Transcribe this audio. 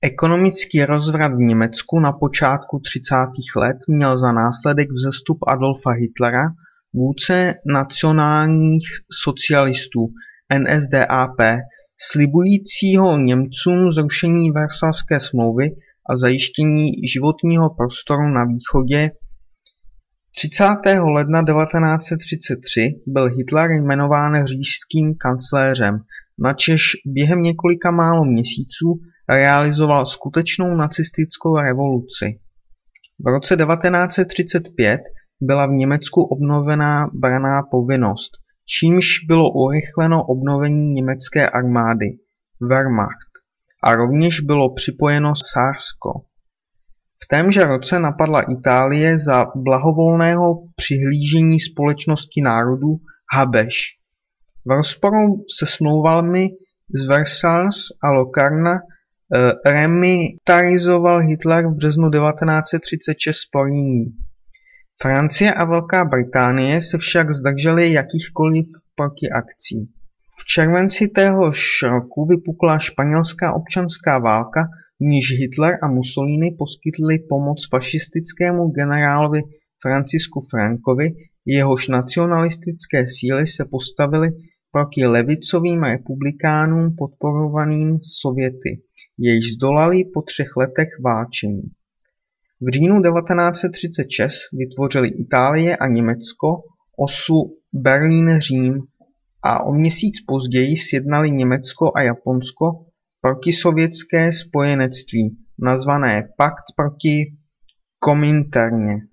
Ekonomický rozvrat v Německu na počátku 30. let měl za následek vzestup Adolfa Hitlera, vůdce nacionálních socialistů NSDAP, slibujícího Němcům zrušení Versailleské smlouvy a zajištění životního prostoru na východě. 30. ledna 1933 byl Hitler jmenován říšským kancléřem, načež během několika málo měsíců realizoval skutečnou nacistickou revoluci. V roce 1935 byla v Německu obnovená branná povinnost, čímž bylo urychleno obnovení německé armády Wehrmacht a rovněž bylo připojeno Sársko. V témže roce napadla Itálie za blahovolného přihlížení společnosti národů Habeš. V rozporu se smlouvami z Versailles a Locarna remilitarizoval Hitler v březnu 1936 spoření. Francie a Velká Británie se však zdržely jakýchkoliv protiakcí. V červenci téhož roku vypukla španělská občanská válka, v níž Hitler a Mussolini poskytli pomoc fašistickému generálovi Francisku Francovi, jehož nacionalistické síly se postavily proti levicovým republikánům podporovaným Sověty, jež zdolali po 3 letech válčení. V říjnu 1936 vytvořili Itálie a Německo osu Berlín-Řím a o měsíc později sjednali Německo a Japonsko protisovětské spojenectví, nazvané Pakt proti Kominterně.